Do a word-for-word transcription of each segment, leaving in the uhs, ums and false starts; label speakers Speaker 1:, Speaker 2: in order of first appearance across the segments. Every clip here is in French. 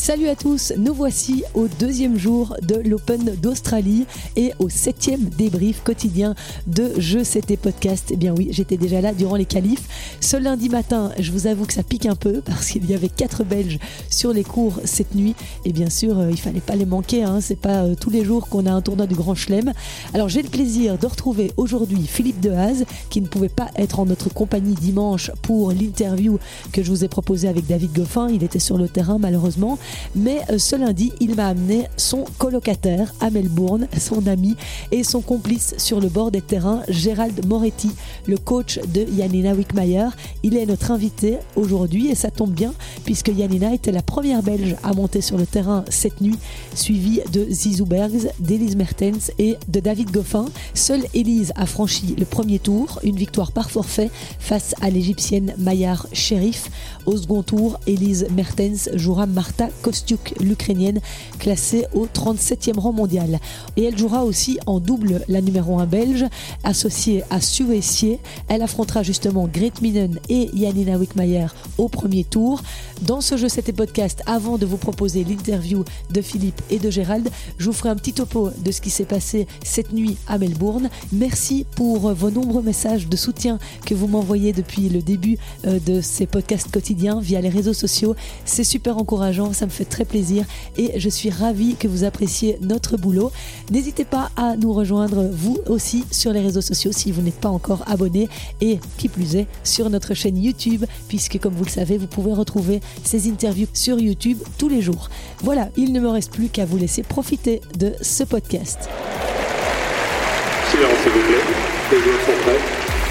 Speaker 1: Salut à tous, nous voici au deuxième jour de l'Open d'Australie et au septième débrief quotidien de Je C'était Podcast. Eh bien oui, j'étais déjà là durant les qualifs. Ce lundi matin, je vous avoue que ça pique un peu parce qu'il y avait quatre Belges sur les cours cette nuit. Et bien sûr, euh, il fallait pas les manquer, hein. C'est pas euh, tous les jours qu'on a un tournoi du Grand Chelem. Alors j'ai le plaisir de retrouver aujourd'hui Philippe Dehaze, qui ne pouvait pas être en notre compagnie dimanche pour l'interview que je vous ai proposée avec David Goffin. Il était sur le terrain malheureusement. Mais ce lundi, il m'a amené son colocataire à Melbourne, son ami et son complice sur le bord des terrains, Gérald Moretti, le coach de Yanina Wickmayer. Il est notre invité aujourd'hui et ça tombe bien puisque Yanina était la première Belge à monter sur le terrain cette nuit, suivie de Zizou Bergs, d'Elise Mertens et de David Goffin. Seule Elise a franchi le premier tour, une victoire par forfait face à l'Égyptienne Mayar Sherif. Au second tour, Elise Mertens jouera Marta Kostiuk, l'Ukrainienne, classée au trente-septième rang mondial. Et elle jouera aussi en double la numéro un belge, associée à Sue Essier. Elle affrontera justement Grete Minen et Yanina Wickmayer au premier tour. Dans ce Jeu C'était Podcast, avant de vous proposer l'interview de Philippe et de Gérald, je vous ferai un petit topo de ce qui s'est passé cette nuit à Melbourne. Merci pour vos nombreux messages de soutien que vous m'envoyez depuis le début de ces podcasts quotidiens via les réseaux sociaux. C'est super encourageant, ça me fait très plaisir et je suis ravie que vous appréciez notre boulot. N'hésitez pas à nous rejoindre vous aussi sur les réseaux sociaux si vous n'êtes pas encore abonné et qui plus est sur notre chaîne YouTube puisque comme vous le savez, vous pouvez retrouver ces interviews sur YouTube tous les jours. Voilà, il ne me reste plus qu'à vous laisser profiter de ce podcast.
Speaker 2: Silence s'il vous plaît, les joueurs sont prêts.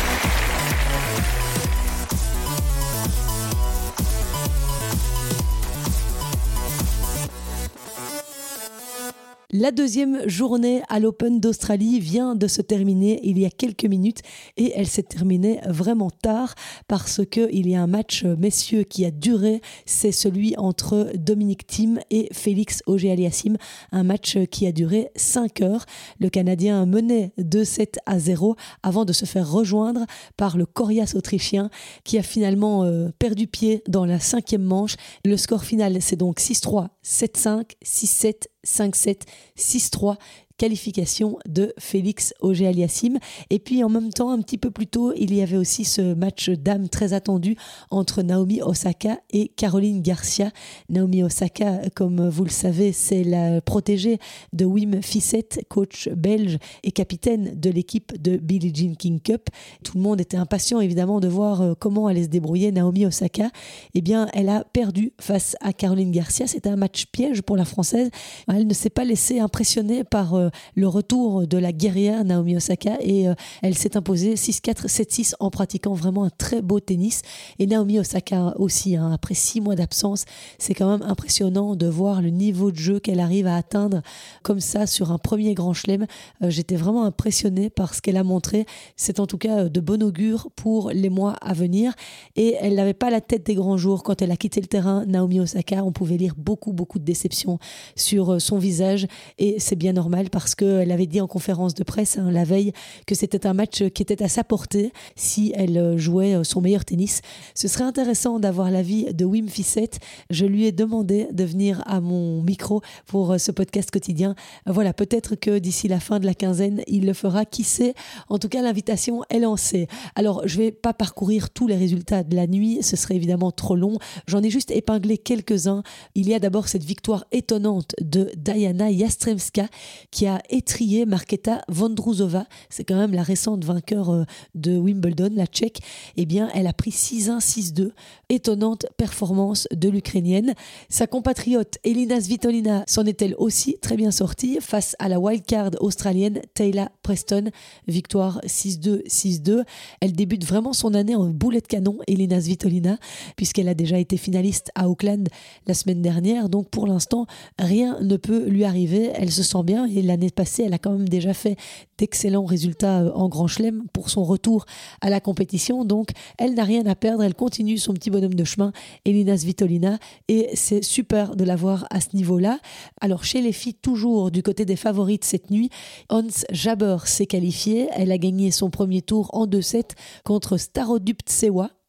Speaker 1: La deuxième journée à l'Open d'Australie vient de se terminer il y a quelques minutes et elle s'est terminée vraiment tard parce qu'il y a un match messieurs qui a duré, c'est celui entre Dominic Thiem et Félix Auger-Aliassime, un match qui a duré cinq heures. Le Canadien menait deux sept à zéro avant de se faire rejoindre par le coriace autrichien qui a finalement euh, perdu pied dans la cinquième manche. Le score final c'est donc six trois, sept cinq, six sept, cinq sept, six trois, qualification de Félix Auger-Aliassime. Et puis en même temps, un petit peu plus tôt, il y avait aussi ce match dames très attendu entre Naomi Osaka et Caroline Garcia. Naomi Osaka, comme vous le savez, c'est la protégée de Wim Fissette, coach belge et capitaine de l'équipe de Billie Jean King Cup. Tout le monde était impatient évidemment de voir comment allait se débrouiller Naomi Osaka. Eh bien, elle a perdu face à Caroline Garcia. C'était un match piège pour la Française. Elle ne s'est pas laissée impressionner par euh, le retour de la guerrière Naomi Osaka et euh, elle s'est imposée six quatre, sept six en pratiquant vraiment un très beau tennis. Et Naomi Osaka aussi, hein, après six mois d'absence, c'est quand même impressionnant de voir le niveau de jeu qu'elle arrive à atteindre comme ça sur un premier grand chelem. Euh, j'étais vraiment impressionnée par ce qu'elle a montré. C'est en tout cas de bon augure pour les mois à venir et elle n'avait pas la tête des grands jours quand elle a quitté le terrain. Naomi Osaka, on pouvait lire beaucoup beaucoup de déception sur son visage et c'est bien normal parce qu'elle avait dit en conférence de presse hein, la veille que c'était un match qui était à sa portée si elle jouait son meilleur tennis. Ce serait intéressant d'avoir l'avis de Wim Fissette. Je lui ai demandé de venir à mon micro pour ce podcast quotidien. Voilà, peut-être que d'ici la fin de la quinzaine, il le fera, qui sait. En tout cas, l'invitation est lancée. Alors, je ne vais pas parcourir tous les résultats de la nuit, ce serait évidemment trop long. J'en ai juste épinglé quelques-uns. Il y a d'abord cette victoire étonnante de Diana Yastremska qui a étrié Marketa Vondrousova. C'est quand même la récente vainqueur de Wimbledon, la Tchèque. Eh bien, elle a pris six un, six deux. Étonnante performance de l'Ukrainienne. Sa compatriote Elina Svitolina s'en est-elle aussi très bien sortie face à la wildcard australienne Taylor Preston. Victoire six deux, six deux. Elle débute vraiment son année en boulet de canon, Elina Svitolina, puisqu'elle a déjà été finaliste à Auckland la semaine dernière. Donc pour l'instant, rien ne peut lui arriver. Elle se sent bien et l'année passée, elle a quand même déjà fait d'excellents résultats en Grand Chelem pour son retour à la compétition. Donc, elle n'a rien à perdre. Elle continue son petit bonhomme de chemin, Elina Svitolina, et c'est super de la voir à ce niveau-là. Alors, chez les filles, toujours du côté des favorites cette nuit, Hans Jabeur s'est qualifiée. Elle a gagné son premier tour en deux sept contre Starodub Tsewa.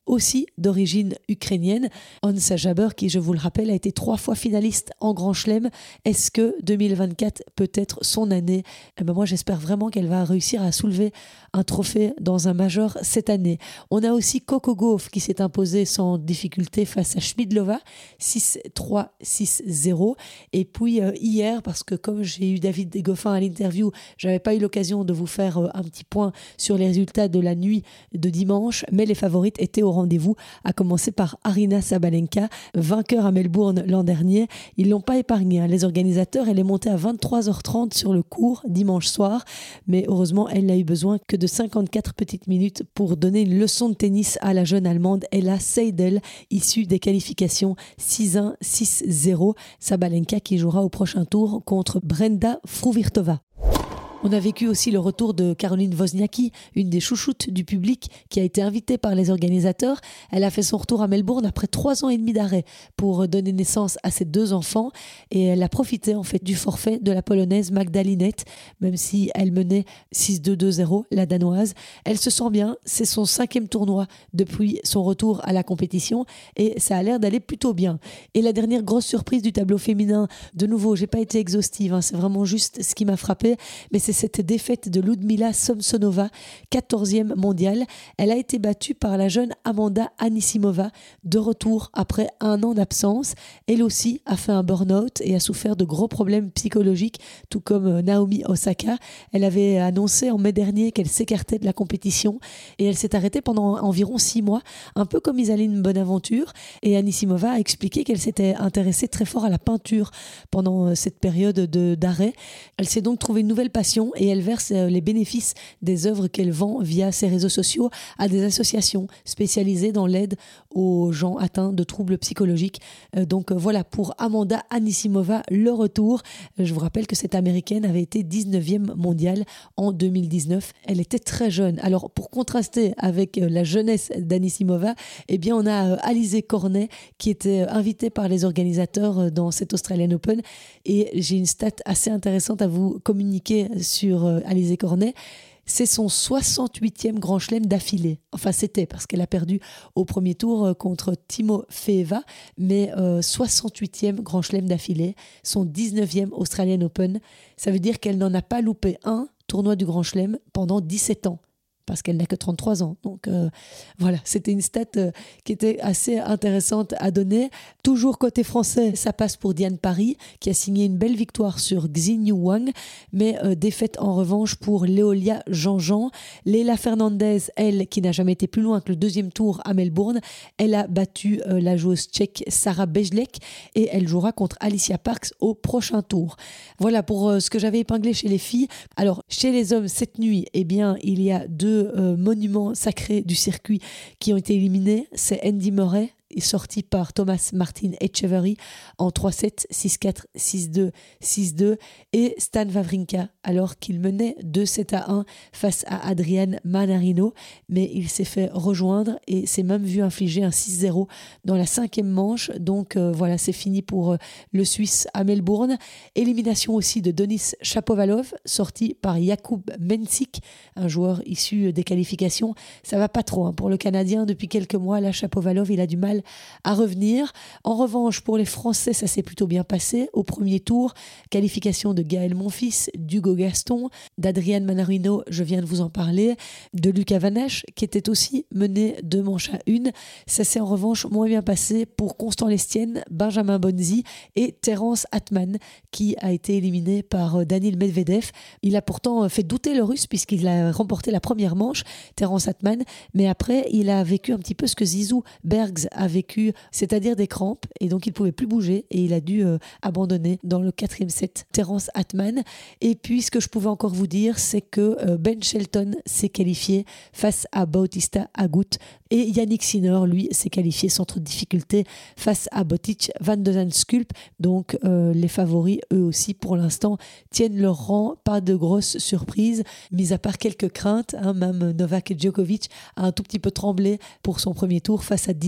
Speaker 1: aussi d'origine ukrainienne. Ons Jabeur, qui, je vous le rappelle, a été trois fois finaliste en Grand Chelem. Est-ce que deux mille vingt-quatre peut être son année ? Eh ben moi, j'espère vraiment qu'elle va réussir à soulever un trophée dans un major cette année. On a aussi Coco Gauff qui s'est imposée sans difficulté face à Schmidlova, six trois, six zéro. Et puis euh, hier, parce que comme j'ai eu David Goffin à l'interview, j'avais pas eu l'occasion de vous faire euh, un petit point sur les résultats de la nuit de dimanche, mais les favorites étaient au rendez-vous, à commencer par Aryna Sabalenka, vainqueur à Melbourne l'an dernier. Ils l'ont pas épargné, hein. Les organisateurs, elle est montée à vingt-trois heures trente sur le court dimanche soir, mais heureusement, elle n'a eu besoin que de cinquante-quatre petites minutes pour donner une leçon de tennis à la jeune Allemande Ella Seidel, issue des qualifications six un, six zéro. Sabalenka qui jouera au prochain tour contre Brenda Fruhvirtova. On a vécu aussi le retour de Caroline Wozniacki, une des chouchoutes du public qui a été invitée par les organisateurs. Elle a fait son retour à Melbourne après trois ans et demi d'arrêt pour donner naissance à ses deux enfants et elle a profité en fait du forfait de la Polonaise Magda Linette, même si elle menait six deux, deux zéro, la Danoise. Elle se sent bien, c'est son cinquième tournoi depuis son retour à la compétition et ça a l'air d'aller plutôt bien. Et la dernière grosse surprise du tableau féminin, de nouveau, j'ai pas été exhaustive, hein, c'est vraiment juste ce qui m'a frappé, mais c'est cette défaite de Ludmila Samsonova, quatorzième mondiale. Elle a été battue par la jeune Amanda Anisimova, de retour après un an d'absence. Elle aussi a fait un burn-out et a souffert de gros problèmes psychologiques, tout comme Naomi Osaka. Elle avait annoncé en mai dernier qu'elle s'écartait de la compétition et elle s'est arrêtée pendant environ six mois, un peu comme Isaline Bonaventure. Et Anisimova a expliqué qu'elle s'était intéressée très fort à la peinture pendant cette période de, d'arrêt. Elle s'est donc trouvée une nouvelle passion et elle verse les bénéfices des œuvres qu'elle vend via ses réseaux sociaux à des associations spécialisées dans l'aide aux gens atteints de troubles psychologiques. Donc voilà pour Amanda Anisimova, le retour. Je vous rappelle que cette américaine avait été dix-neuvième mondiale en deux mille dix-neuf. Elle était très jeune. Alors pour contraster avec la jeunesse d'Anisimova, eh bien on a Alizé Cornet qui était invitée par les organisateurs dans cet Australian Open et j'ai une stat assez intéressante à vous communiquer sur euh, Alizé Cornet. C'est son soixante-huitième Grand Chelem d'affilée. Enfin, c'était parce qu'elle a perdu au premier tour euh, contre Timofeeva, mais euh, soixante-huitième Grand Chelem d'affilée, son dix-neuvième Australian Open. Ça veut dire qu'elle n'en a pas loupé un tournoi du Grand Chelem pendant dix-sept ans. Parce qu'elle n'a que trente-trois ans. Donc euh, voilà, c'était une stat euh, qui était assez intéressante à donner. Toujours côté français, ça passe pour Diane Parry, qui a signé une belle victoire sur Xinyu Wang, mais euh, défaite en revanche pour Léolia Jean-Jean. Leila Fernandez, elle, qui n'a jamais été plus loin que le deuxième tour à Melbourne, elle a battu euh, la joueuse tchèque Sarah Bejlek et elle jouera contre Alicia Parks au prochain tour. Voilà pour euh, ce que j'avais épinglé chez les filles. Alors, chez les hommes, cette nuit, eh bien, il y a deux Euh, monuments sacrés du circuit qui ont été éliminés. C'est Andy Murray, est sorti par Thomas Martin Etcheverry en trois sept, six quatre, six deux, six deux et Stan Wawrinka alors qu'il menait deux sept à un face à Adrian Manarino, mais il s'est fait rejoindre et s'est même vu infliger un six zéro dans la cinquième manche. Donc euh, voilà, c'est fini pour euh, le Suisse à Melbourne. Élimination aussi de Denis Shapovalov, sorti par Jakub Mensik, un joueur issu des qualifications. Ça va pas trop hein, pour le Canadien depuis quelques mois. Là, Shapovalov, il a du mal à revenir. En revanche, pour les Français, ça s'est plutôt bien passé. Au premier tour, qualification de Gaël Monfils, d'Hugo Gaston, d'Adrian Manarino, je viens de vous en parler, de Lucas Van Esch, qui était aussi mené deux manches à une. Ça s'est en revanche moins bien passé pour Constant Lestienne, Benjamin Bonzi et Terence Atman, qui a été éliminé par Daniil Medvedev. Il a pourtant fait douter le Russe puisqu'il a remporté la première manche, Terence Atman, mais après, il a vécu un petit peu ce que Zizou Bergs a vécu, c'est-à-dire des crampes, et donc il ne pouvait plus bouger et il a dû euh, abandonner dans le quatrième set, Terence Atman. Et puis ce que je pouvais encore vous dire, c'est que euh, Ben Shelton s'est qualifié face à Bautista Agut et Yannick Sinner, lui, s'est qualifié sans trop de difficulté face à Botic van de Zandschulp. Donc euh, les favoris, eux aussi, pour l'instant, tiennent leur rang, pas de grosses surprises, mis à part quelques craintes, hein, même Novak Djokovic a un tout petit peu tremblé pour son premier tour face à Dino Priz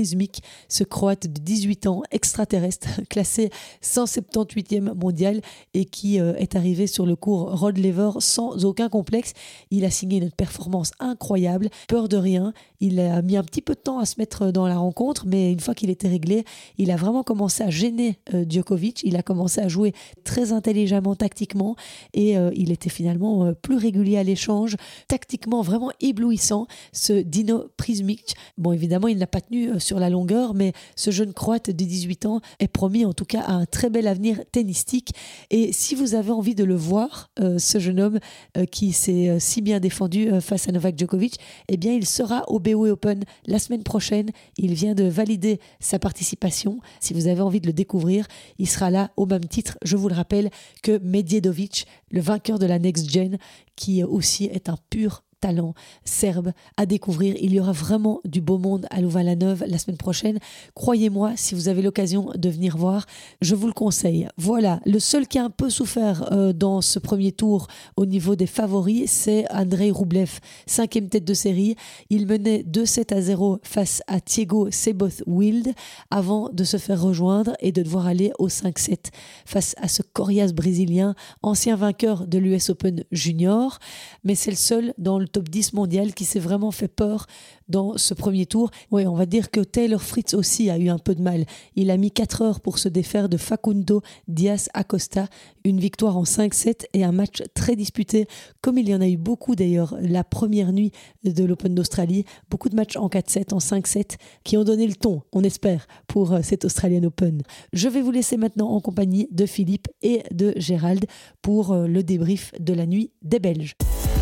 Speaker 1: Prismic, ce Croate de dix-huit ans, extraterrestre, classé cent soixante-dix-huitième mondial et qui euh, est arrivé sur le cours Rod Laver sans aucun complexe. Il a signé une performance incroyable, peur de rien. Il a mis un petit peu de temps à se mettre dans la rencontre, mais une fois qu'il était réglé, il a vraiment commencé à gêner euh, Djokovic. Il a commencé à jouer très intelligemment, tactiquement, et euh, il était finalement euh, plus régulier à l'échange, tactiquement vraiment éblouissant, ce Dino Prismic. Bon, évidemment, il n'a pas tenu euh, sur la longueur, mais ce jeune Croate de dix-huit ans est promis en tout cas à un très bel avenir tennistique. Et si vous avez envie de le voir, euh, ce jeune homme euh, qui s'est euh, si bien défendu euh, face à Novak Djokovic, eh bien, il sera au B O E Open la semaine prochaine. Il vient de valider sa participation. Si vous avez envie de le découvrir, il sera là au même titre, je vous le rappelle, que Medjedovic, le vainqueur de la Next Gen, qui aussi est un pur talent serbe à découvrir. Il y aura vraiment du beau monde à Louvain-la-Neuve la semaine prochaine. Croyez-moi, si vous avez l'occasion de venir voir, je vous le conseille. Voilà, le seul qui a un peu souffert euh, dans ce premier tour au niveau des favoris, c'est Andrei Rublev, cinquième tête de série. Il menait deux sept à zéro face à Thiago Seyboth-Wild avant de se faire rejoindre et de devoir aller au cinq sept face à ce coriace brésilien, ancien vainqueur de l'U S Open Junior. Mais c'est le seul dans le top dix mondial qui s'est vraiment fait peur dans ce premier tour. Oui, on va dire que Taylor Fritz aussi a eu un peu de mal. Il a mis quatre heures pour se défaire de Facundo Diaz Acosta. Une victoire en cinq sept et un match très disputé, comme il y en a eu beaucoup d'ailleurs la première nuit de l'Open d'Australie. Beaucoup de matchs en quatre sept, en cinq sept, qui ont donné le ton, on espère, pour cet Australian Open. Je vais vous laisser maintenant en compagnie de Philippe et de Gérald pour le débrief de la nuit des Belges.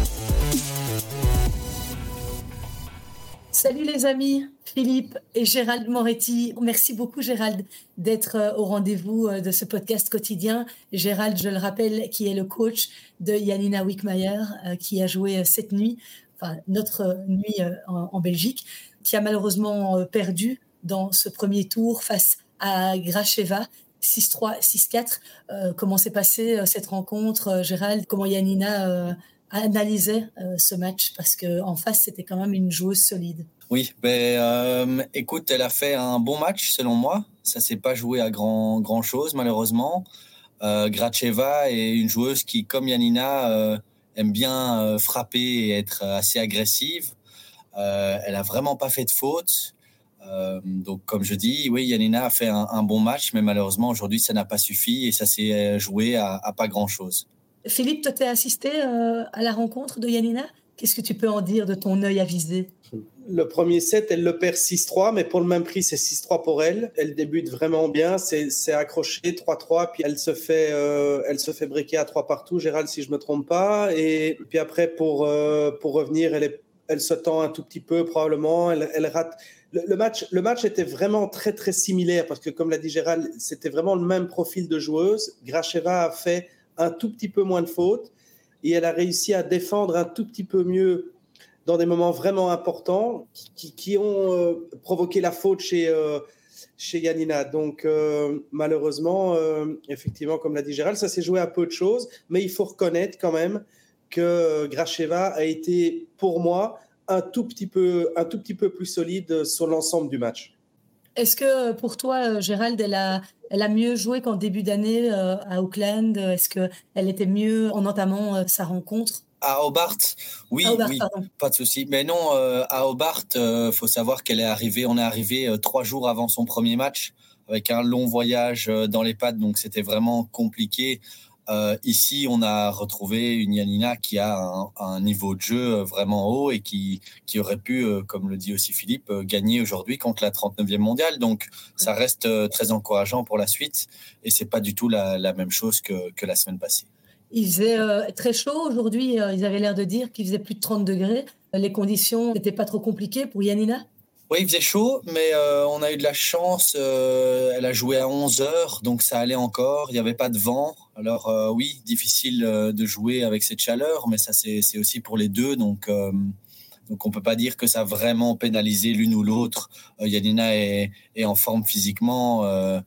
Speaker 3: Salut les amis, Philippe et Gérald Moretti. Merci beaucoup Gérald d'être au rendez-vous de ce podcast quotidien. Gérald, je le rappelle, qui est le coach de Yanina Wickmayer, qui a joué cette nuit, enfin notre nuit en, en Belgique, qui a malheureusement perdu dans ce premier tour face à Gracheva. six trois, six quatre. Euh, comment s'est passée cette rencontre, Gérald? Comment Yanina euh, analysait euh, ce match? Parce qu'en face, c'était quand même une joueuse solide.
Speaker 4: Oui, ben, euh, écoute, elle a fait un bon match selon moi. Ça ne s'est pas joué à grand, grand chose, malheureusement. Euh, Gracheva est une joueuse qui, comme Yanina, euh, aime bien euh, frapper et être assez agressive. Euh, elle n'a vraiment pas fait de faute. Euh, donc, comme je dis, oui, Yanina a fait un, un bon match, mais malheureusement, aujourd'hui, ça n'a pas suffi et ça s'est joué à, à pas grand-chose.
Speaker 3: Philippe, toi, tu as assisté euh, à la rencontre de Yanina. Qu'est-ce que tu peux en dire de ton œil avisé?
Speaker 5: Le premier set, elle le perd six trois, mais pour le même prix, c'est six trois pour elle. Elle débute vraiment bien, c'est, c'est accroché trois trois, puis elle se fait, euh, elle se fait breaker à trois partout, Gérald, si je ne me trompe pas. Et puis après, pour, euh, pour revenir, elle, est, elle se tend un tout petit peu probablement, elle, elle rate. Le, le, match, le match était vraiment très, très similaire, parce que comme l'a dit Gérald, c'était vraiment le même profil de joueuse. Gracheva a fait un tout petit peu moins de fautes, et elle a réussi à défendre un tout petit peu mieux dans des moments vraiment importants qui, qui ont euh, provoqué la faute chez, euh, chez Yanina. Donc, euh, malheureusement, euh, effectivement, comme l'a dit Gérald, ça s'est joué à peu de choses, mais il faut reconnaître quand même que Gracheva a été, pour moi, un tout petit peu, un tout petit peu plus solide sur l'ensemble du match.
Speaker 3: Est-ce que pour toi, Gérald, elle a, elle a mieux joué qu'en début d'année euh, à Auckland? Est-ce qu'elle était mieux en entamant euh, sa rencontre?
Speaker 4: À Hobart, oui,
Speaker 3: à Hobart,
Speaker 4: oui,
Speaker 3: pardon.
Speaker 4: Pas de souci. Mais non, euh, à Hobart, il euh, faut savoir qu'elle est arrivée, on est arrivé euh, trois jours avant son premier match, avec un long voyage euh, dans les pattes, donc c'était vraiment compliqué. Euh, ici, on a retrouvé une Yanina qui a un, un niveau de jeu vraiment haut et qui, qui aurait pu, euh, comme le dit aussi Philippe, euh, gagner aujourd'hui contre la trente-neuvième mondiale. Donc, ça reste euh, très encourageant pour la suite et c'est pas du tout la, la même chose que, que la semaine passée.
Speaker 3: Il faisait euh, très chaud aujourd'hui. Euh, ils avaient l'air de dire qu'il faisait plus de trente degrés. Les conditions n'étaient pas trop compliquées pour Yanina?
Speaker 4: Oui, il faisait chaud, mais euh, on a eu de la chance. Euh, elle a joué à onze heures, donc ça allait encore. Il n'y avait pas de vent. Alors euh, oui, difficile euh, de jouer avec cette chaleur, mais ça, c'est, c'est aussi pour les deux. Donc, euh, donc on ne peut pas dire que ça a vraiment pénalisé l'une ou l'autre. Euh, Yanina est, est en forme physiquement. Euh,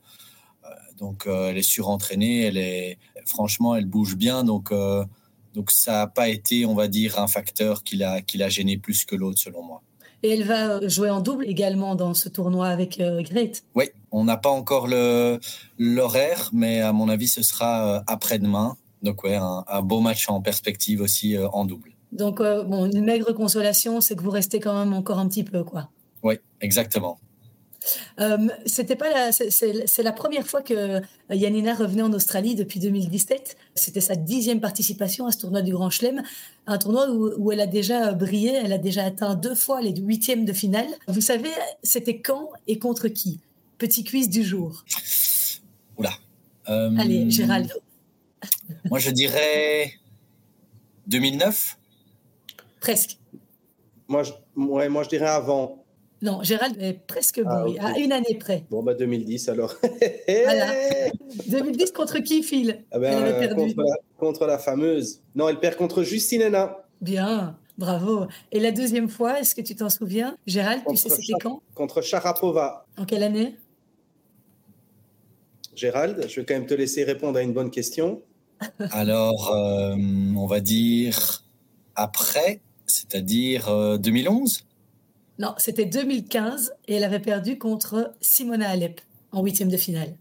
Speaker 4: Donc, euh, elle est surentraînée, elle est, franchement, elle bouge bien. Donc, euh, donc ça n'a pas été, on va dire, un facteur qui l'a, qui l'a gêné plus que l'autre, selon moi.
Speaker 3: Et elle va jouer en double également dans ce tournoi avec euh, Grete.
Speaker 4: Oui, on n'a pas encore le, l'horaire, mais à mon avis, ce sera euh, après-demain. Donc ouais, un, un beau match en perspective aussi euh, en double.
Speaker 3: Donc euh, bon, une maigre consolation, c'est que vous restez quand même encore un petit peu, quoi.
Speaker 4: Oui, exactement.
Speaker 3: Euh, c'était pas la, c'est, c'est, c'est la première fois que Yanina revenait en Australie depuis deux mille dix-sept. C'était sa dixième participation à ce tournoi du Grand Chelem, un tournoi où, où elle a déjà brillé, elle a déjà atteint deux fois les huitièmes de finale. Vous savez, c'était quand et contre qui? Petit quiz du jour.
Speaker 4: Oula. Euh,
Speaker 3: Allez, Gérald.
Speaker 4: Moi, je dirais deux mille neuf.
Speaker 3: Presque.
Speaker 5: Moi, je, ouais, moi, je dirais avant.
Speaker 3: Non, Gérald est presque bon,
Speaker 5: Ah, okay.
Speaker 3: à une année près.
Speaker 5: Bon, bah deux mille dix alors.
Speaker 3: Voilà. deux mille dix contre qui, Phil?
Speaker 5: Ah ben,
Speaker 3: Elle avait perdu.
Speaker 5: Contre la, contre la fameuse. Non, elle perd contre Justine Hénin.
Speaker 3: Bien, bravo. Et la deuxième fois, est-ce que tu t'en souviens? Gérald, contre tu sais c'était Char- quand?
Speaker 5: Contre Sharapova.
Speaker 3: En quelle année?
Speaker 5: Gérald, je vais quand même te laisser répondre à une bonne question.
Speaker 4: Alors, euh, on va dire après, c'est-à-dire euh, deux mille onze.
Speaker 3: Non, c'était deux mille quinze et elle avait perdu contre Simona Halep en huitième de finale.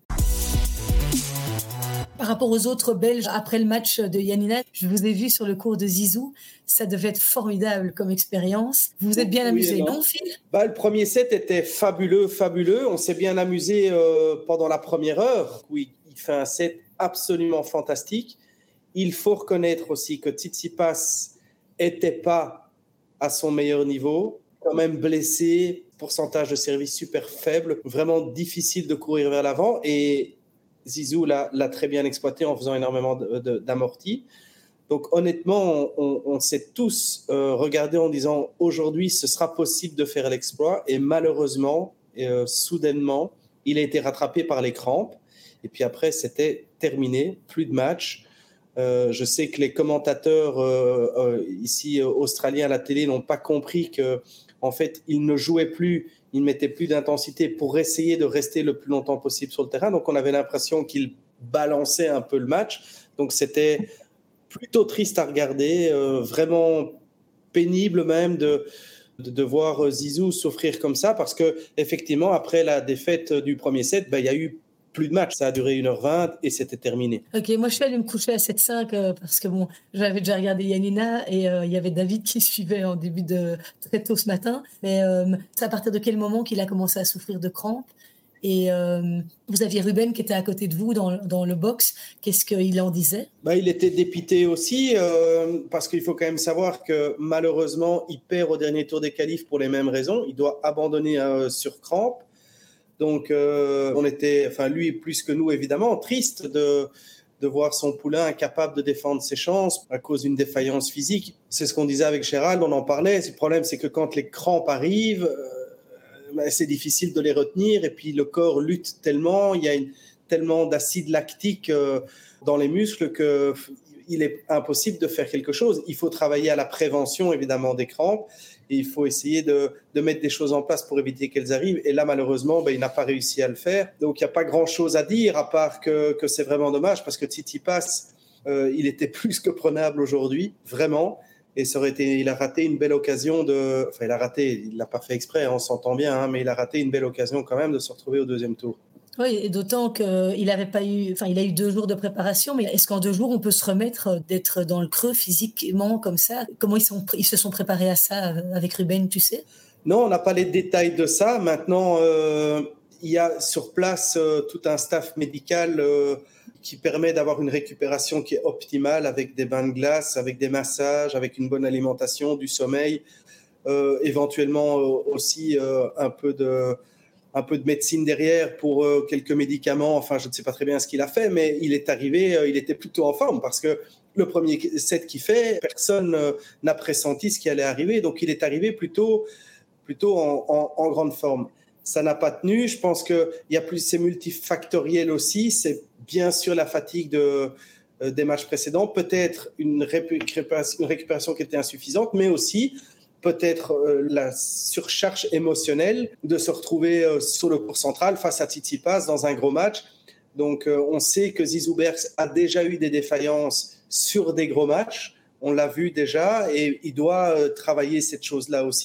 Speaker 3: Par rapport aux autres Belges, après le match de Yanina, je vous ai vu sur le cours de Zizou. Ça devait être formidable comme expérience. Vous vous êtes bien amusé, oui, non, non Phil?
Speaker 5: Bah, le premier set était fabuleux, fabuleux. On s'est bien amusé euh, pendant la première heure. Oui, il fait un set absolument fantastique. Il faut reconnaître aussi que Tsitsipas n'était pas à son meilleur niveau. Quand même blessé, pourcentage de service super faible, vraiment difficile de courir vers l'avant et Zizou l'a, l'a très bien exploité en faisant énormément de, de, d'amortis. Donc honnêtement, on, on s'est tous euh, regardés en disant aujourd'hui ce sera possible de faire l'exploit et malheureusement, euh, soudainement, il a été rattrapé par les crampes et puis après c'était terminé, plus de match. Euh, je sais que les commentateurs euh, euh, ici euh, australiens à la télé n'ont pas compris que en fait, il ne jouait plus, il ne mettait plus d'intensité pour essayer de rester le plus longtemps possible sur le terrain. Donc, on avait l'impression qu'il balançait un peu le match. Donc, c'était plutôt triste à regarder, euh, vraiment pénible même de, de, de voir Zizou souffrir comme ça parce qu'effectivement, après la défaite du premier set, ben, il y a eu plus de match. Ça a duré une heure vingt et c'était terminé.
Speaker 3: Ok, moi je suis allée me coucher à sept cinq euh, parce que bon, j'avais déjà regardé Yanina et il euh, y avait David qui suivait en début de très tôt ce matin. Mais euh, c'est à partir de quel moment qu'il a commencé à souffrir de crampes? Et euh, vous aviez Ruben qui était à côté de vous dans, dans le box. Qu'est-ce qu'il en disait?
Speaker 5: Bah, il était dépité aussi euh, parce qu'il faut quand même savoir que malheureusement, il perd au dernier tour des qualifs pour les mêmes raisons. Il doit abandonner euh, sur crampes. Donc, euh, on était, enfin lui plus que nous évidemment, triste de, de voir son poulain incapable de défendre ses chances à cause d'une défaillance physique. C'est ce qu'on disait avec Gérald, on en parlait. Le problème, c'est que quand les crampes arrivent, euh, ben, c'est difficile de les retenir et puis le corps lutte tellement, il y a une, tellement d'acide lactique euh, dans les muscles que il est impossible de faire quelque chose. Il faut travailler à la prévention évidemment des crampes. Et il faut essayer de, de mettre des choses en place pour éviter qu'elles arrivent. Et là, malheureusement, ben, il n'a pas réussi à le faire. Donc, il n'y a pas grand-chose à dire, à part que, que c'est vraiment dommage, parce que Tsitsipas, euh, il était plus que prenable aujourd'hui, vraiment. Et ça aurait été, il a raté une belle occasion de... Enfin, il a raté, il ne l'a pas fait exprès, on s'entend bien, hein, mais il a raté une belle occasion quand même de se retrouver au deuxième tour.
Speaker 3: Oui, et d'autant qu'il avait pas eu, enfin, il a eu deux jours de préparation, mais est-ce qu'en deux jours, on peut se remettre d'être dans le creux physiquement comme ça? Comment ils, sont, ils se sont préparés à ça avec Ruben, tu sais?
Speaker 5: Non, on n'a pas les détails de ça. Maintenant, euh, il y a sur place euh, tout un staff médical euh, qui permet d'avoir une récupération qui est optimale avec des bains de glace, avec des massages, avec une bonne alimentation, du sommeil, euh, éventuellement euh, aussi euh, un peu de... un peu de médecine derrière pour euh, quelques médicaments. Enfin, je ne sais pas très bien ce qu'il a fait, mais il est arrivé, euh, il était plutôt en forme parce que le premier set qu'il fait, personne euh, n'a pressenti ce qui allait arriver. Donc, il est arrivé plutôt, plutôt en, en, en grande forme. Ça n'a pas tenu. Je pense qu'il y a plus, c'est multifactoriel aussi. C'est bien sûr la fatigue de, euh, des matchs précédents, peut-être une récupération, une récupération qui était insuffisante, mais aussi peut-être euh, la surcharge émotionnelle de se retrouver euh, sur le court central face à Tsitsipas dans un gros match. Donc, euh, on sait que Zizou Bergs a déjà eu des défaillances sur des gros matchs. On l'a vu déjà et il doit euh, travailler cette chose-là aussi.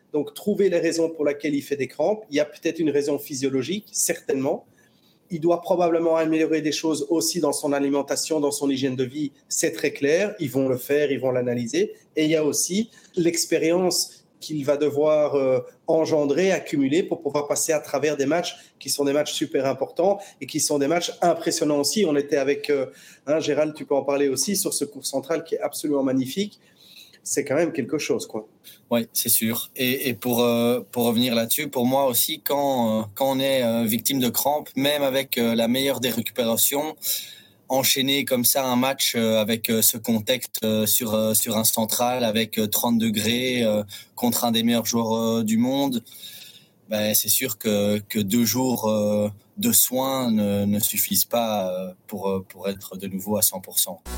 Speaker 5: Donc, trouver les raisons pour lesquelles il fait des crampes. Il y a peut-être une raison physiologique, certainement. Il doit probablement améliorer des choses aussi dans son alimentation, dans son hygiène de vie. C'est très clair. Ils vont le faire, ils vont l'analyser. Et il y a aussi l'expérience qu'il va devoir euh, engendrer, accumuler pour pouvoir passer à travers des matchs qui sont des matchs super importants et qui sont des matchs impressionnants aussi. On était avec, euh, hein, Gérald, tu peux en parler aussi, sur ce cours central qui est absolument magnifique. C'est quand même quelque chose, quoi.
Speaker 4: Oui, c'est sûr. Et, et pour, euh, pour revenir là-dessus, pour moi aussi, quand, euh, quand on est euh, victime de crampes, même avec euh, la meilleure des récupérations, enchaîner comme ça un match euh, avec euh, ce contexte euh, sur, euh, sur un central avec euh, trente degrés euh, contre un des meilleurs joueurs euh, du monde, ben, c'est sûr que, que deux jours euh, de soins ne, ne suffisent pas euh, pour, pour être de nouveau à cent pour cent.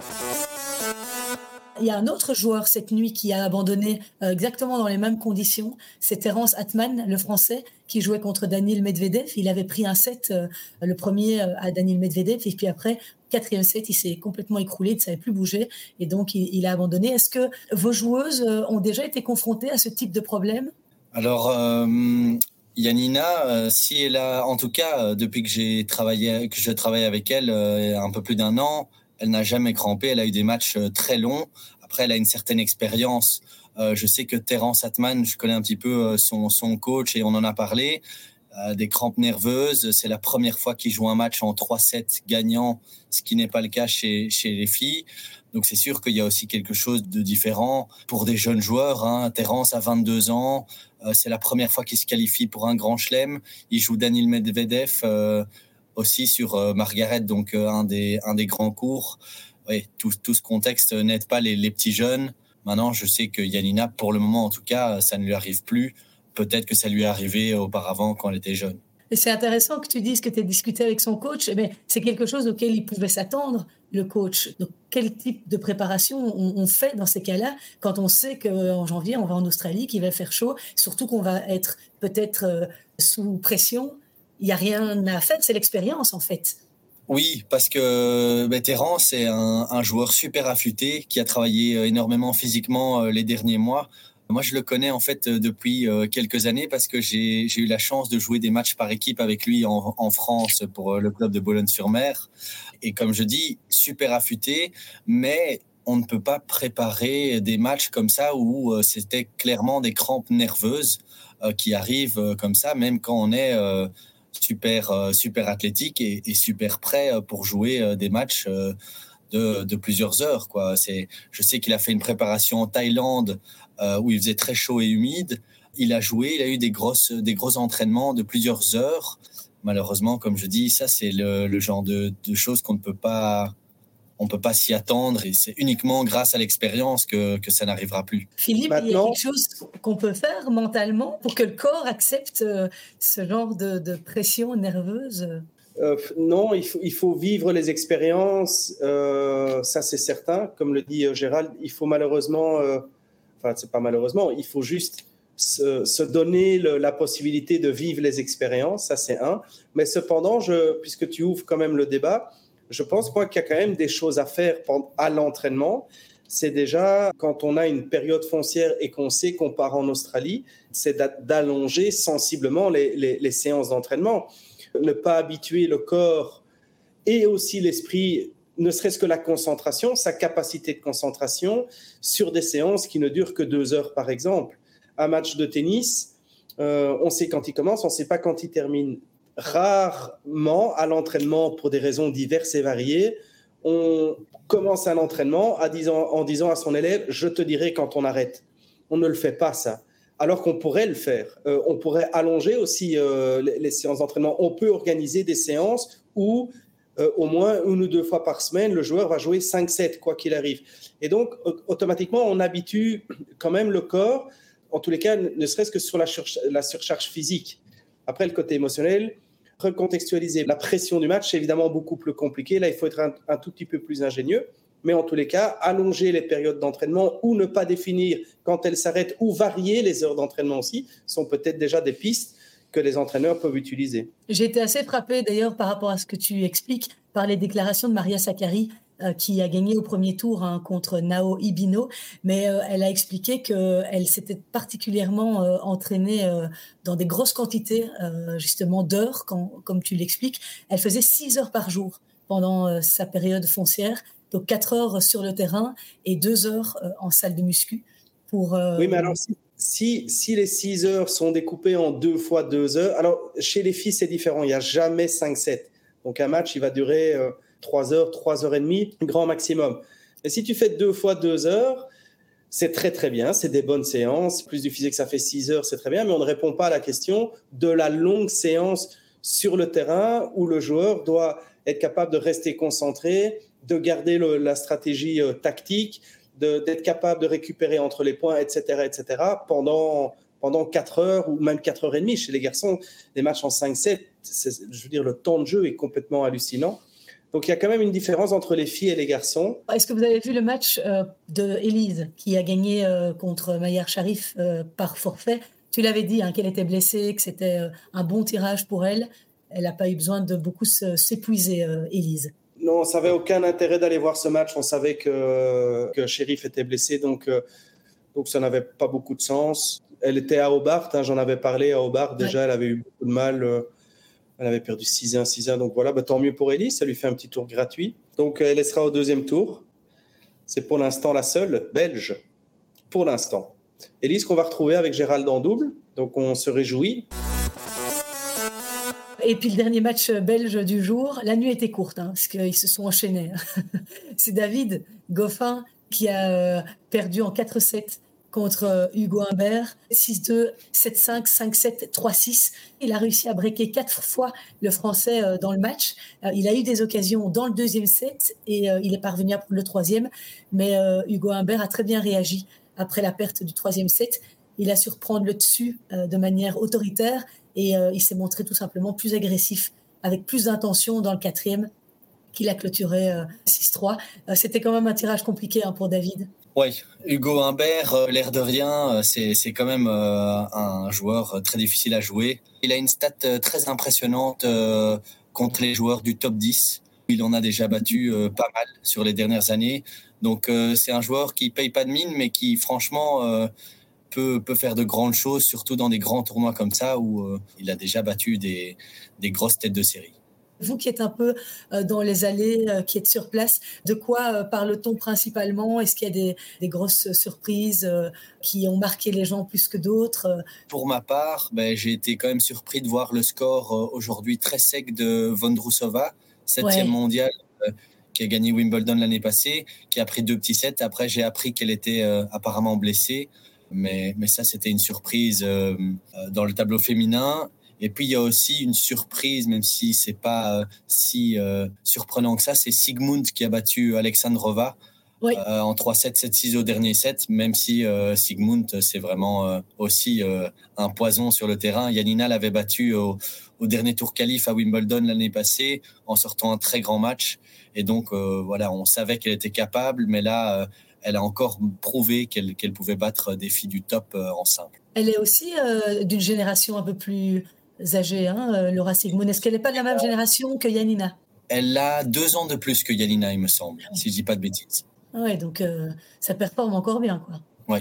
Speaker 3: Il y a un autre joueur cette nuit qui a abandonné euh, exactement dans les mêmes conditions. C'est Terence Atman, le Français, qui jouait contre Daniil Medvedev. Il avait pris un set, euh, le premier euh, à Daniil Medvedev, et puis après, quatrième set, il s'est complètement écroulé, il ne savait plus bouger, et donc il, il a abandonné. Est-ce que vos joueuses euh, ont déjà été confrontées à ce type de problème ?
Speaker 4: Alors, euh, Yanina, euh, si elle a, en tout cas, euh, depuis que j'ai travaillé, que je travaille avec elle, euh, un peu plus d'un an, elle n'a jamais crampé. Elle a eu des matchs euh, très longs. Après, elle a une certaine expérience. Euh, je sais que Terence Atman, je connais un petit peu euh, son, son coach et on en a parlé. Euh, des crampes nerveuses. C'est la première fois qu'il joue un match en trois sept gagnant, ce qui n'est pas le cas chez, chez les filles. Donc, c'est sûr qu'il y a aussi quelque chose de différent pour des jeunes joueurs. Hein. Terence a vingt-deux ans. Euh, c'est la première fois qu'il se qualifie pour un grand chelem. Il joue Daniil Medvedev euh, aussi sur euh, Margaret, donc euh, un, des, un des grands cours. Oui, tout, tout ce contexte n'aide pas les, les petits jeunes. Maintenant, je sais que Yanina, pour le moment en tout cas, ça ne lui arrive plus. Peut-être que ça lui est arrivé auparavant quand elle était jeune.
Speaker 3: Et c'est intéressant que tu dises que tu as discuté avec son coach. Mais c'est quelque chose auquel il pouvait s'attendre, le coach. Donc, quel type de préparation on, on fait dans ces cas-là quand on sait qu'en janvier, on va en Australie, qu'il va faire chaud, surtout qu'on va être peut-être euh, sous pression. Il n'y a rien à faire, c'est l'expérience en fait.
Speaker 4: Oui, parce que ben, Terence est un, un joueur super affûté qui a travaillé énormément physiquement les derniers mois. Moi, je le connais en fait depuis quelques années parce que j'ai, j'ai eu la chance de jouer des matchs par équipe avec lui en, en France pour le club de Boulogne-sur-Mer. Et comme je dis, super affûté, mais on ne peut pas préparer des matchs comme ça où c'était clairement des crampes nerveuses qui arrivent comme ça, même quand on est super, super athlétique et, et super prêt pour jouer des matchs de, de plusieurs heures, quoi. C'est, je sais qu'il a fait une préparation en Thaïlande euh, où il faisait très chaud et humide. Il a joué, il a eu des, grosses, des gros entraînements de plusieurs heures. Malheureusement, comme je dis, ça, c'est le, le genre de, de choses qu'on ne peut pas... On ne peut pas s'y attendre et c'est uniquement grâce à l'expérience que, que ça n'arrivera plus.
Speaker 3: Philippe, Maintenant, il y a quelque chose qu'on peut faire mentalement pour que le corps accepte ce genre de, de pression nerveuse ?
Speaker 5: euh, Non, il faut, il faut vivre les expériences, euh, ça c'est certain. Comme le dit Gérald, il faut malheureusement, euh, enfin c'est pas malheureusement, il faut juste se, se donner le, la possibilité de vivre les expériences, ça c'est un. Mais cependant, je, puisque tu ouvres quand même le débat, je pense moi, qu'il y a quand même des choses à faire à l'entraînement. C'est déjà, quand on a une période foncière et qu'on sait qu'on part en Australie, c'est d'allonger sensiblement les, les, les séances d'entraînement. Ne pas habituer le corps et aussi l'esprit, ne serait-ce que la concentration, sa capacité de concentration sur des séances qui ne durent que deux heures, par exemple. Un match de tennis, euh, on sait quand il commence, on ne sait pas quand il termine. Rarement, à l'entraînement, pour des raisons diverses et variées, on commence un entraînement en disant, en disant à son élève « je te dirai quand on arrête ». On ne le fait pas, ça. Alors qu'on pourrait le faire. Euh, on pourrait allonger aussi euh, les, les séances d'entraînement. On peut organiser des séances où, euh, au moins une ou deux fois par semaine, le joueur va jouer cinq sept, quoi qu'il arrive. Et donc, automatiquement, on habitue quand même le corps, en tous les cas, ne serait-ce que sur la, sur, la surcharge physique. Après, le côté émotionnel, recontextualiser la pression du match, c'est évidemment beaucoup plus compliqué. Là, il faut être un, un tout petit peu plus ingénieux. Mais en tous les cas, allonger les périodes d'entraînement ou ne pas définir quand elles s'arrêtent ou varier les heures d'entraînement aussi sont peut-être déjà des pistes que les entraîneurs peuvent utiliser.
Speaker 3: J'ai été assez frappée d'ailleurs par rapport à ce que tu expliques par les déclarations de Maria Sakkari euh, qui a gagné au premier tour hein, contre Nao Ibino, mais euh, elle a expliqué qu'elle s'était particulièrement euh, entraînée euh, dans des grosses quantités, euh, justement d'heures, quand, comme tu l'expliques. Elle faisait six heures par jour pendant euh, sa période foncière, donc quatre heures sur le terrain et deux heures euh, en salle de muscu. Pour, euh...
Speaker 5: Oui, mais alors si, si, si les six heures sont découpées en deux fois deux heures, alors chez les filles c'est différent, il n'y a jamais cinq sept. Donc un match il va durer euh, trois heures, trois heures et demie, grand maximum. Mais si tu fais deux fois deux heures, c'est très très bien, c'est des bonnes séances. Plus du physique, ça fait six heures, c'est très bien, mais on ne répond pas à la question de la longue séance sur le terrain où le joueur doit être capable de rester concentré, de garder le, la stratégie euh, tactique, de, d'être capable de récupérer entre les points, et cetera, et cetera, pendant, pendant quatre heures ou même quatre heures et demie. Chez les garçons, les matchs en cinq sept, je veux dire, le temps de jeu est complètement hallucinant. Donc, il y a quand même une différence entre les filles et les garçons.
Speaker 3: Est-ce que vous avez vu le match euh, de Élise qui a gagné euh, contre Maillard Sharif euh, par forfait? Tu l'avais dit hein, qu'elle était blessée, que c'était euh, un bon tirage pour elle. Elle n'a pas eu besoin de beaucoup se, s'épuiser, euh, Élise.
Speaker 5: Non, ça n'avait aucun intérêt d'aller voir ce match. On savait que, que Sharif était blessé, donc, euh, donc ça n'avait pas beaucoup de sens. Elle était à Hobart, hein, j'en avais parlé à Hobart. Déjà, ouais. Elle avait eu beaucoup de mal. Euh, Elle avait perdu six un, six un. Donc voilà, bah, tant mieux pour Élise. Ça lui fait un petit tour gratuit. Donc elle sera au deuxième tour. C'est pour l'instant la seule belge. Pour l'instant. Élise qu'on va retrouver avec Gérald en double. Donc on se réjouit.
Speaker 3: Et puis le dernier match belge du jour, la nuit était courte, hein, parce qu'ils se sont enchaînés. C'est David Goffin qui a perdu en quatre sept contre Hugo Humbert, six deux, sept cinq, cinq sept, trois six. Il a réussi à breaker quatre fois le Français dans le match. Il a eu des occasions dans le deuxième set et il est parvenu à prendre le troisième. Mais Hugo Humbert a très bien réagi après la perte du troisième set. Il a su reprendre le dessus de manière autoritaire et il s'est montré tout simplement plus agressif, avec plus d'intention dans le quatrième, qu'il a clôturé six trois. C'était quand même un tirage compliqué hein, pour David.
Speaker 4: Oui, Hugo Humbert, euh, l'air de rien, c'est, c'est quand même euh, un joueur très difficile à jouer. Il a une stat euh, très impressionnante euh, contre les joueurs du top dix. Il en a déjà battu euh, pas mal sur les dernières années. Donc euh, c'est un joueur qui paye pas de mine, mais qui franchement euh, peut, peut faire de grandes choses, surtout dans des grands tournois comme ça où euh, il a déjà battu des, des grosses têtes de série.
Speaker 3: Vous qui êtes un peu dans les allées, qui êtes sur place, de quoi parle-t-on principalement? Est-ce qu'il y a des, des grosses surprises qui ont marqué les gens plus que d'autres?
Speaker 4: Pour ma part, ben, j'ai été quand même surpris de voir le score aujourd'hui très sec de Vondrousova, septième ouais. mondiale, euh, qui a gagné Wimbledon l'année passée, qui a pris deux petits sets. Après, j'ai appris qu'elle était euh, apparemment blessée, mais, mais ça, c'était une surprise euh, dans le tableau féminin. Et puis, il y a aussi une surprise, même si ce n'est pas euh, si euh, surprenant que ça, c'est Sigmund qui a battu Alexandrova oui. euh, en trois sept, sept six au dernier set, même si euh, Sigmund, c'est vraiment euh, aussi euh, un poison sur le terrain. Janina l'avait battu au, au dernier tour qualif à Wimbledon l'année passée en sortant un très grand match. Et donc, euh, voilà, on savait qu'elle était capable, mais là, euh, elle a encore prouvé qu'elle, qu'elle pouvait battre des filles du top euh, en simple.
Speaker 3: Elle est aussi euh, d'une génération un peu plus âgée, hein, Laura Sigmund. Est-ce qu'elle n'est pas de la même génération que Janina?
Speaker 4: Elle a deux ans de plus que Janina, il me semble, oui. si je ne dis pas de bêtises.
Speaker 3: Oui, donc euh, ça performe encore bien, quoi.
Speaker 4: Oui.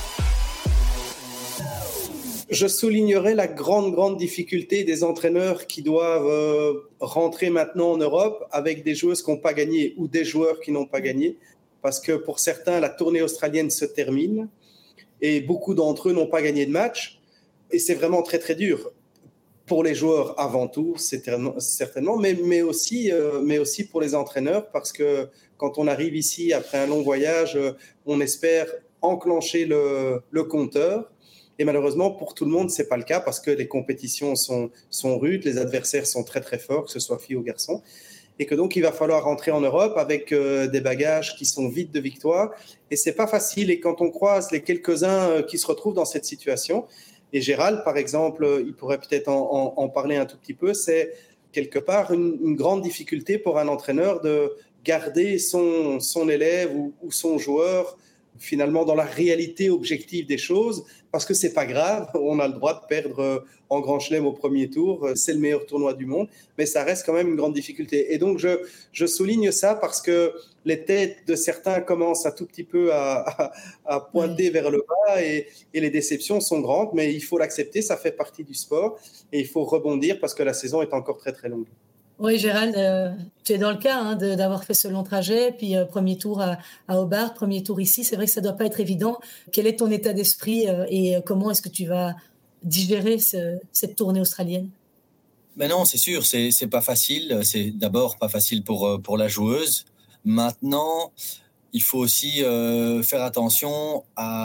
Speaker 5: Je soulignerai la grande, grande difficulté des entraîneurs qui doivent euh, rentrer maintenant en Europe avec des joueuses qui n'ont pas gagné ou des joueurs qui n'ont pas gagné. Parce que pour certains, la tournée australienne se termine et beaucoup d'entre eux n'ont pas gagné de match. Et c'est vraiment très, très dur. Pour les joueurs avant tout, c'est certainement, mais, mais, aussi, euh, mais aussi pour les entraîneurs, parce que quand on arrive ici après un long voyage, euh, on espère enclencher le, le compteur. Et malheureusement, pour tout le monde, ce n'est pas le cas, parce que les compétitions sont, sont rudes, les adversaires sont très très forts, que ce soit filles ou garçons. Et que donc, il va falloir rentrer en Europe avec euh, des bagages qui sont vides de victoires. Et ce n'est pas facile. Et quand on croise les quelques-uns euh, qui se retrouvent dans cette situation, et Gérald, par exemple, il pourrait peut-être en, en, en parler un tout petit peu, c'est quelque part une, une grande difficulté pour un entraîneur de garder son, son élève ou, ou son joueur finalement dans la réalité objective des choses, parce que c'est pas grave, on a le droit de perdre en Grand Chelem au premier tour, c'est le meilleur tournoi du monde, mais ça reste quand même une grande difficulté. Et donc je, je souligne ça parce que les têtes de certains commencent un tout petit peu à, à, à pointer oui. vers le bas et, et les déceptions sont grandes, mais il faut l'accepter, ça fait partie du sport et il faut rebondir parce que la saison est encore très très longue.
Speaker 3: Oui, Gérald, euh, tu es dans le cas hein, de, d'avoir fait ce long trajet, puis euh, premier tour à, à Hobart, premier tour ici. C'est vrai que ça ne doit pas être évident. Quel est ton état d'esprit euh, et comment est-ce que tu vas digérer ce, cette tournée australienne ?
Speaker 4: Ben non, c'est sûr, c'est, c'est pas facile. C'est d'abord pas facile pour, pour la joueuse. Maintenant, il faut aussi euh, faire attention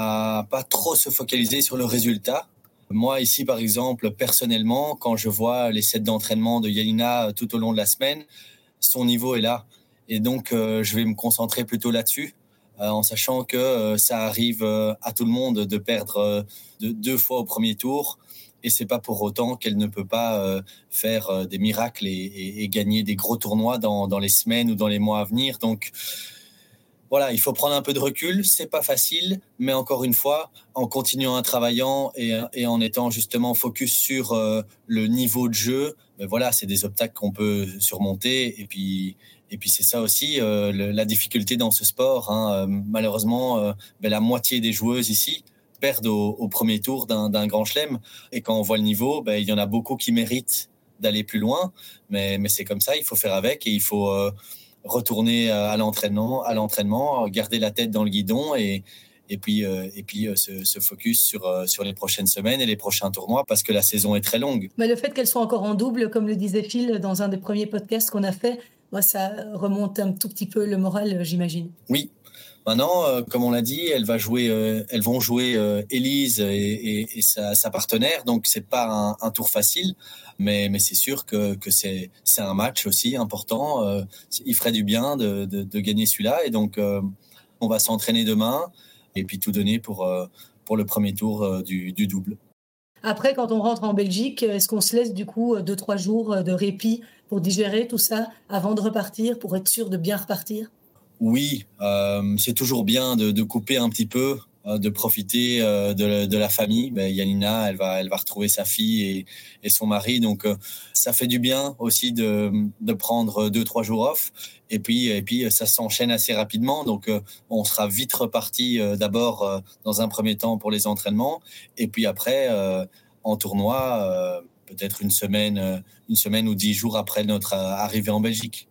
Speaker 4: à pas trop se focaliser sur le résultat. Moi, ici, par exemple, personnellement, quand je vois les sets d'entraînement de Yelina tout au long de la semaine, son niveau est là. Et donc, euh, je vais me concentrer plutôt là-dessus, euh, en sachant que euh, ça arrive euh, à tout le monde de perdre euh, de, deux fois au premier tour. Et c'est pas pour autant qu'elle ne peut pas euh, faire euh, des miracles et, et, et gagner des gros tournois dans, dans les semaines ou dans les mois à venir. Donc, voilà, il faut prendre un peu de recul, c'est pas facile, mais encore une fois, en continuant à travaillant et, et en étant justement focus sur euh, le niveau de jeu, ben voilà, c'est des obstacles qu'on peut surmonter et puis et puis c'est ça aussi euh, le, la difficulté dans ce sport. Hein. Euh, malheureusement, euh, ben la moitié des joueuses ici perdent au, au premier tour d'un, d'un grand chelem et quand on voit le niveau, ben il y en a beaucoup qui méritent d'aller plus loin, mais mais c'est comme ça, il faut faire avec et il faut euh, retourner à l'entraînement, à l'entraînement, garder la tête dans le guidon et, et puis, euh, et puis euh, se, se focus sur, euh, sur les prochaines semaines et les prochains tournois parce que la saison est très longue.
Speaker 3: Mais le fait qu'elle soit encore en double, comme le disait Phil dans un des premiers podcasts qu'on a fait, moi, ça remonte un tout petit peu le moral, j'imagine.
Speaker 4: Oui. Maintenant, euh, comme on l'a dit, elles, va jouer, euh, elles vont jouer euh, Elise et, et, et sa, sa partenaire, donc c'est pas un, un tour facile, mais, mais c'est sûr que, que c'est, c'est un match aussi important. Euh, il ferait du bien de, de, de gagner celui-là, et donc euh, on va s'entraîner demain et puis tout donner pour, euh, pour le premier tour euh, du, du double.
Speaker 3: Après, quand on rentre en Belgique, est-ce qu'on se laisse du coup deux, trois jours de répit pour digérer tout ça avant de repartir, pour être sûr de bien repartir ?
Speaker 4: Oui, euh, c'est toujours bien de, de couper un petit peu, euh, de profiter euh, de, de la famille. Ben, Yelina, elle va, elle va retrouver sa fille et, et son mari, donc euh, ça fait du bien aussi de, de prendre deux, trois jours off. Et puis, et puis ça s'enchaîne assez rapidement, donc euh, on sera vite reparti euh, d'abord euh, dans un premier temps pour les entraînements, et puis après euh, en tournoi, euh, peut-être une semaine, euh, une semaine ou dix jours après notre arrivée en Belgique.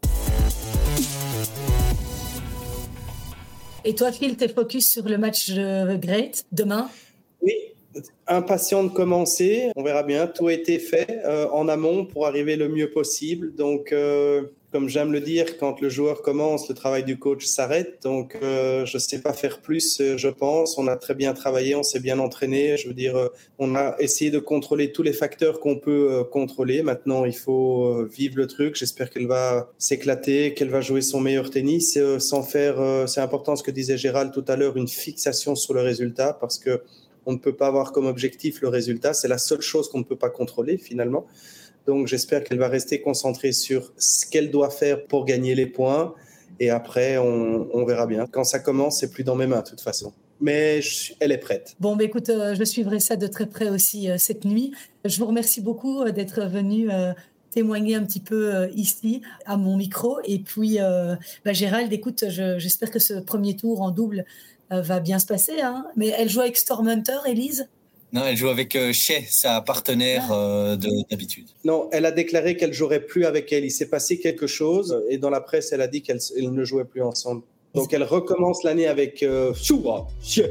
Speaker 3: Et toi, Phil, t'es focus sur le match de Great demain ?
Speaker 5: Oui, impatient de commencer. On verra bien. Tout a été fait euh, en amont pour arriver le mieux possible. Donc, euh, comme j'aime le dire, quand le joueur commence, le travail du coach s'arrête. Donc, euh, je ne sais pas faire plus, je pense. On a très bien travaillé, on s'est bien entraîné. Je veux dire, euh, on a essayé de contrôler tous les facteurs qu'on peut euh, contrôler. Maintenant, il faut euh, vivre le truc. J'espère qu'elle va s'éclater, qu'elle va jouer son meilleur tennis euh, sans faire... Euh, c'est important ce que disait Gérald tout à l'heure, une fixation sur le résultat parce que on ne peut pas avoir comme objectif le résultat. C'est la seule chose qu'on ne peut pas contrôler finalement. Donc, j'espère qu'elle va rester concentrée sur ce qu'elle doit faire pour gagner les points. Et après, on, on verra bien. Quand ça commence, c'est plus dans mes mains, de toute façon. Mais je, elle est prête.
Speaker 3: Bon, bah, écoute, euh, je suivrai ça de très près aussi euh, cette nuit. Je vous remercie beaucoup euh, d'être venu euh, témoigner un petit peu euh, ici, à mon micro. Et puis, euh, bah, Gérald, écoute, je, j'espère que ce premier tour en double euh, va bien se passer. Hein. Mais elle joue avec Storm Hunter, Elise ?
Speaker 4: Non, elle joue avec euh, Shea, sa partenaire euh, de, d'habitude.
Speaker 5: Non, elle a déclaré qu'elle ne jouerait plus avec elle. Il s'est passé quelque chose et dans la presse, elle a dit qu'elle elle ne jouait plus ensemble. Donc, elle recommence l'année avec euh, Shua, Shea.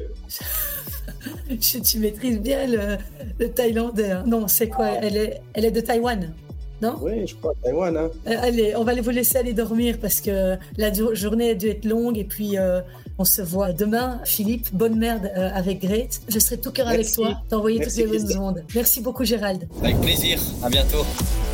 Speaker 3: Tu maîtrises bien le, le thaïlandais. Hein. Non, c'est quoi ? Elle est, elle est de Taïwan, non ?
Speaker 5: Oui, je crois, Taïwan. Hein.
Speaker 3: Euh, allez, on va vous laisser aller dormir parce que la du- journée a dû être longue et puis euh, on se voit demain. Philippe, bonne merde euh, avec Great. Je serai tout cœur avec toi, t'envoyer toutes les bonnes ondes. Merci beaucoup, Gérald.
Speaker 4: Avec plaisir, à bientôt.